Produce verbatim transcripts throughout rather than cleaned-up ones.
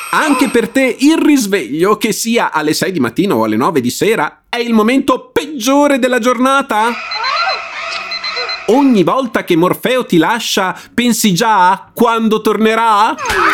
Anche per te il risveglio, che sia alle sei di mattina o alle nove di sera, è il momento peggiore della giornata? Ogni volta che Morfeo ti lascia, pensi già a quando tornerà?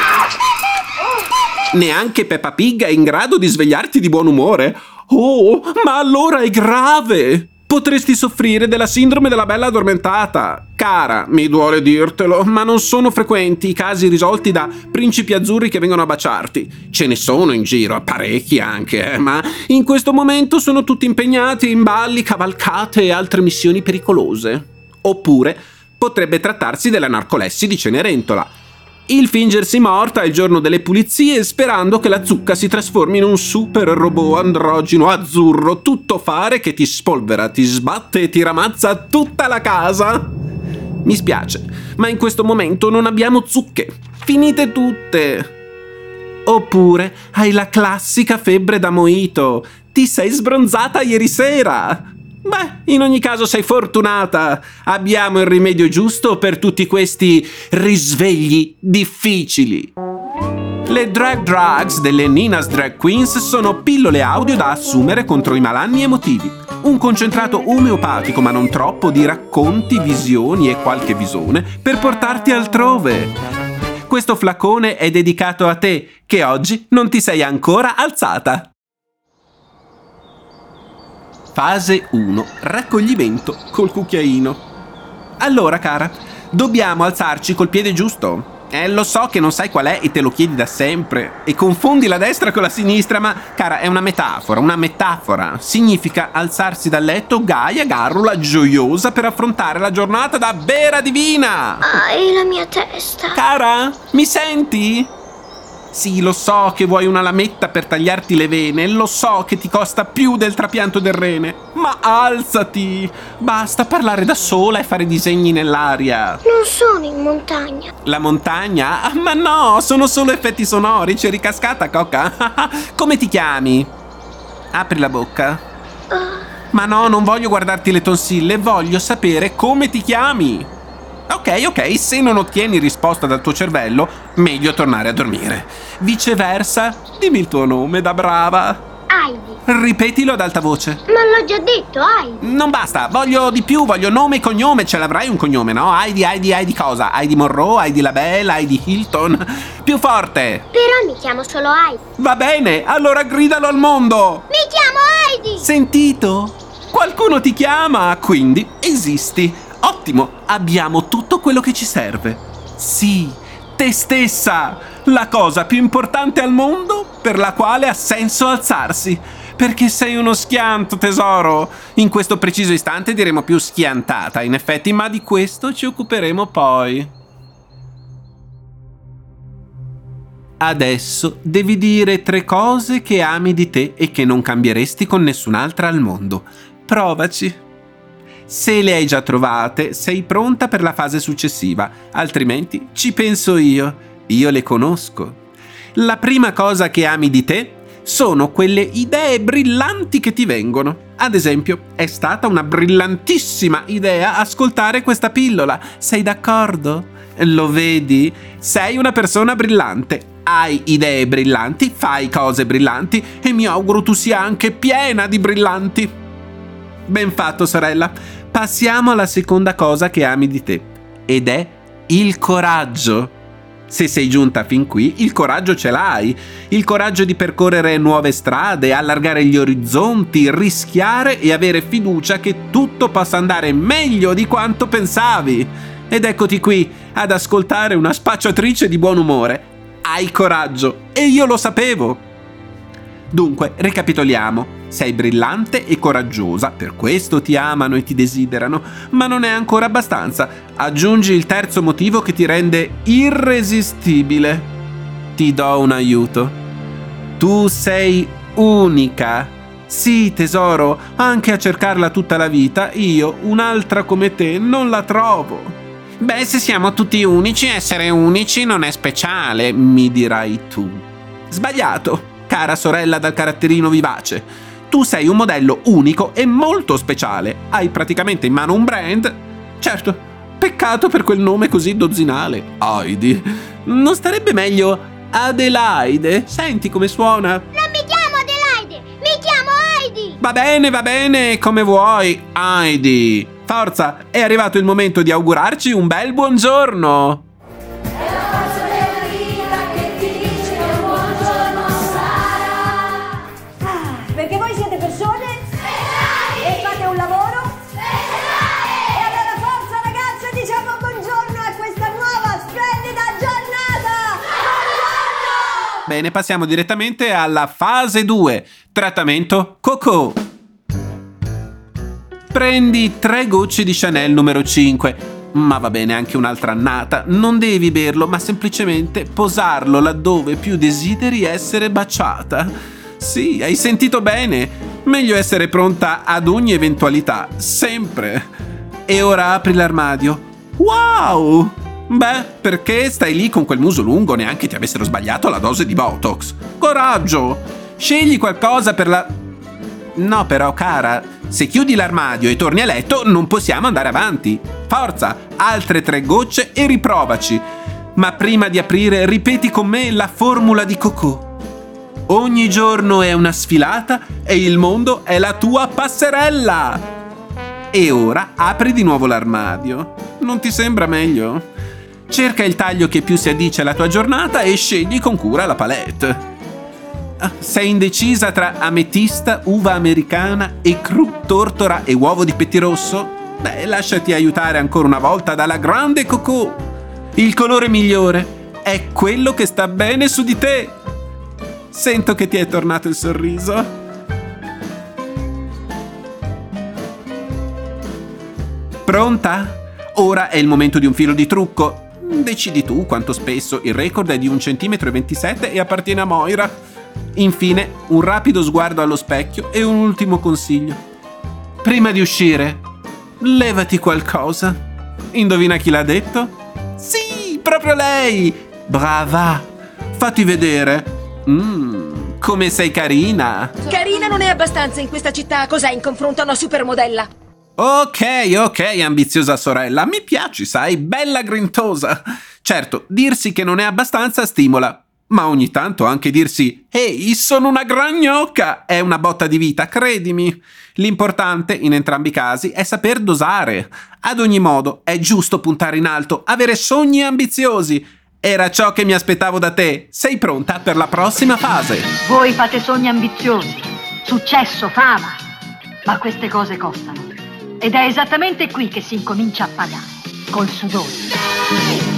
Neanche Peppa Pig è in grado di svegliarti di buon umore? Oh, ma allora è grave! Potresti soffrire della sindrome della bella addormentata. Cara, mi duole dirtelo, ma non sono frequenti i casi risolti da principi azzurri che vengono a baciarti. Ce ne sono in giro, parecchi anche, eh, ma in questo momento sono tutti impegnati in balli, cavalcate e altre missioni pericolose. Oppure potrebbe trattarsi della narcolessi di Cenerentola. Il fingersi morta il giorno delle pulizie sperando che la zucca si trasformi in un super robot androgino azzurro tutto fare che ti spolvera, ti sbatte e ti ramazza tutta la casa. Mi spiace, ma in questo momento non abbiamo zucche. Finite tutte. Oppure hai la classica febbre da mojito. Ti sei sbronzata ieri sera. Beh, in ogni caso sei fortunata. Abbiamo il rimedio giusto per tutti questi risvegli difficili. Le drag drugs delle Nina's Drag Queens sono pillole audio da assumere contro i malanni emotivi. Un concentrato omeopatico, ma non troppo, di racconti, visioni e qualche visone per portarti altrove. Questo flacone è dedicato a te, che oggi non ti sei ancora alzata. Fase uno. Raccoglimento col cucchiaino. Allora, cara, dobbiamo alzarci col piede giusto. Eh, lo so che non sai qual è e te lo chiedi da sempre. E confondi la destra con la sinistra, ma, cara, è una metafora, una metafora. Significa alzarsi dal letto gaia, garrula, gioiosa per affrontare la giornata da vera divina. Ai, la mia testa. Cara, mi senti? Sì, lo so che vuoi una lametta per tagliarti le vene, lo so che ti costa più del trapianto del rene, ma alzati! Basta parlare da sola e fare disegni nell'aria. Non sono in montagna. La montagna? Ah, ma no, sono solo effetti sonori, c'eri cascata, Coca. Come ti chiami? Apri la bocca. Uh. Ma no, non voglio guardarti le tonsille, voglio sapere come ti chiami. Ok, ok, se non ottieni risposta dal tuo cervello, meglio tornare a dormire. Viceversa, dimmi il tuo nome da brava. Heidi. Ripetilo ad alta voce. Ma l'ho già detto, Heidi. Non basta, voglio di più, voglio nome e cognome, ce l'avrai un cognome, no? Heidi, Heidi, Heidi cosa? Heidi Monroe, Heidi LaBelle, Heidi Hilton. Più forte. Però mi chiamo solo Heidi. Va bene, allora gridalo al mondo. Mi chiamo Heidi. Sentito? Qualcuno ti chiama, quindi esisti. Ottimo, abbiamo tutto quello che ci serve. Sì, te stessa, la cosa più importante al mondo per la quale ha senso alzarsi. Perché sei uno schianto, tesoro. In questo preciso istante diremo più schiantata, in effetti, ma di questo ci occuperemo poi. Adesso devi dire tre cose che ami di te e che non cambieresti con nessun'altra al mondo. Provaci. Se le hai già trovate, sei pronta per la fase successiva, altrimenti ci penso io. Io le conosco. La prima cosa che ami di te sono quelle idee brillanti che ti vengono. Ad esempio, è stata una brillantissima idea ascoltare questa pillola. Sei d'accordo? Lo vedi? Sei una persona brillante. Hai idee brillanti, fai cose brillanti e mi auguro tu sia anche piena di brillanti. Ben fatto, sorella. Passiamo alla seconda cosa che ami di te, ed è il coraggio. Se sei giunta fin qui, il coraggio ce l'hai. Il coraggio di percorrere nuove strade, allargare gli orizzonti, rischiare e avere fiducia che tutto possa andare meglio di quanto pensavi. Ed eccoti qui, ad ascoltare una spacciatrice di buon umore. Hai coraggio, e io lo sapevo. Dunque, ricapitoliamo. Sei brillante e coraggiosa, per questo ti amano e ti desiderano, ma non è ancora abbastanza. Aggiungi il terzo motivo che ti rende irresistibile. Ti do un aiuto. Tu sei unica. Sì, tesoro, anche a cercarla tutta la vita, io, un'altra come te, non la trovo. Beh, se siamo tutti unici, essere unici non è speciale, mi dirai tu. Sbagliato, cara sorella dal caratterino vivace. Tu sei un modello unico e molto speciale. Hai praticamente in mano un brand. Certo, peccato per quel nome così dozzinale. Heidi. Non starebbe meglio Adelaide, senti come suona? Non mi chiamo Adelaide, mi chiamo Heidi. Va bene, va bene, come vuoi, Heidi. Forza, è arrivato il momento di augurarci un bel buongiorno. Perché voi siete persone e fate un lavoro e allora forza ragazze, diciamo buongiorno a questa nuova splendida giornata. Buongiorno! Bene, passiamo direttamente alla fase due, trattamento Coco. Prendi tre gocce di Chanel numero cinque, ma va bene anche un'altra annata, non devi berlo ma semplicemente posarlo laddove più desideri essere baciata. Sì, hai sentito bene, meglio essere pronta ad ogni eventualità, sempre. E ora apri l'armadio. Wow! Beh, perché stai lì con quel muso lungo, neanche ti avessero sbagliato la dose di Botox. Coraggio! Scegli qualcosa per la... No però, cara, se chiudi l'armadio e torni a letto non possiamo andare avanti. Forza, altre tre gocce e riprovaci. Ma prima di aprire ripeti con me la formula di Coco. Ogni giorno è una sfilata e il mondo è la tua passerella. E ora apri di nuovo l'armadio. Non ti sembra meglio? Cerca il taglio che più si addice alla tua giornata e scegli con cura la palette. Sei indecisa tra ametista, uva americana, ecru, tortora e uovo di pettirosso? Beh, lasciati aiutare ancora una volta dalla grande Coco. Il colore migliore è quello che sta bene su di te. Sento che ti è tornato il sorriso. Pronta? Ora è il momento di un filo di trucco. Decidi tu quanto spesso, il record è di un centimetro e ventisette e appartiene a Moira. Infine, un rapido sguardo allo specchio e un ultimo consiglio. Prima di uscire, levati qualcosa. Indovina chi l'ha detto? Sì, proprio lei! Brava! Fatti vedere. Mmm, come sei carina! Carina non è abbastanza in questa città, cos'è in confronto a una supermodella? Ok, ok, ambiziosa sorella, mi piaci, sai, bella grintosa. Certo, dirsi che non è abbastanza stimola, ma ogni tanto anche dirsi «Ehi, sono una gran gnocca!» è una botta di vita, credimi. L'importante, in entrambi i casi, è saper dosare. Ad ogni modo, è giusto puntare in alto, avere sogni ambiziosi. Era ciò che mi aspettavo da te. Sei pronta per la prossima fase? Voi fate sogni ambiziosi, successo, fama, ma queste cose costano. Ed è esattamente qui che si incomincia a pagare, col sudore.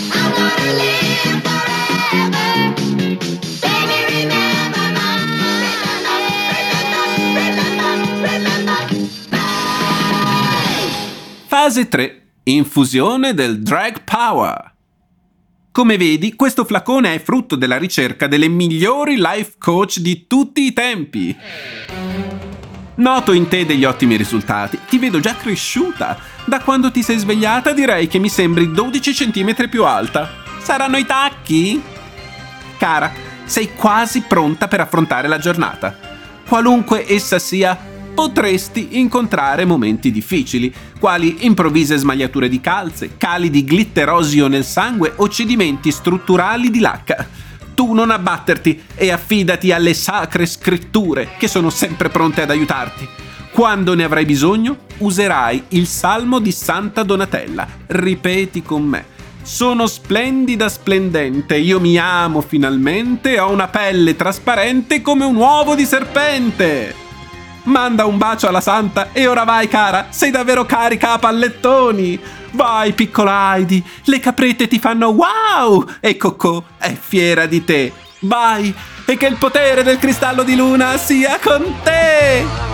Fase tre. Infusione del Drag Power. Come vedi, questo flacone è frutto della ricerca delle migliori life coach di tutti i tempi. Noto in te degli ottimi risultati, ti vedo già cresciuta. Da quando ti sei svegliata direi che mi sembri dodici centimetri più alta. Saranno i tacchi? Cara, sei quasi pronta per affrontare la giornata. Qualunque essa sia, potresti incontrare momenti difficili, quali improvvise smagliature di calze, cali di glitterosio nel sangue o cedimenti strutturali di lacca. Tu non abbatterti e affidati alle sacre scritture che sono sempre pronte ad aiutarti. Quando ne avrai bisogno, userai il salmo di Santa Donatella. Ripeti con me. Sono splendida splendente, io mi amo finalmente, ho una pelle trasparente come un uovo di serpente. Manda un bacio alla santa e ora vai, cara, sei davvero carica a pallettoni. Vai, piccola Heidi, le caprette ti fanno wow e Coco è fiera di te. Vai, e che il potere del cristallo di luna sia con te.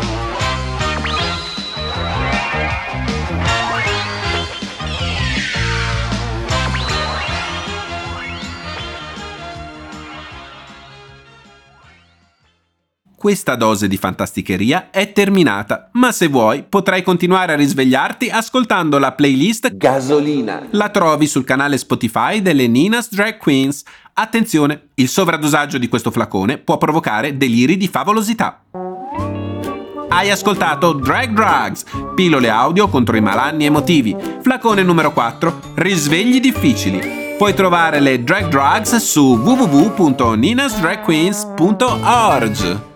Questa dose di fantasticheria è terminata, ma se vuoi potrai continuare a risvegliarti ascoltando la playlist Gasolina. La trovi sul canale Spotify delle Nina's Drag Queens. Attenzione, il sovradosaggio di questo flacone può provocare deliri di favolosità. Hai ascoltato Drag Drugs, pillole audio contro i malanni emotivi, flacone numero quattro, risvegli difficili. Puoi trovare le drag drugs su w w w punto ninasdragqueens punto org.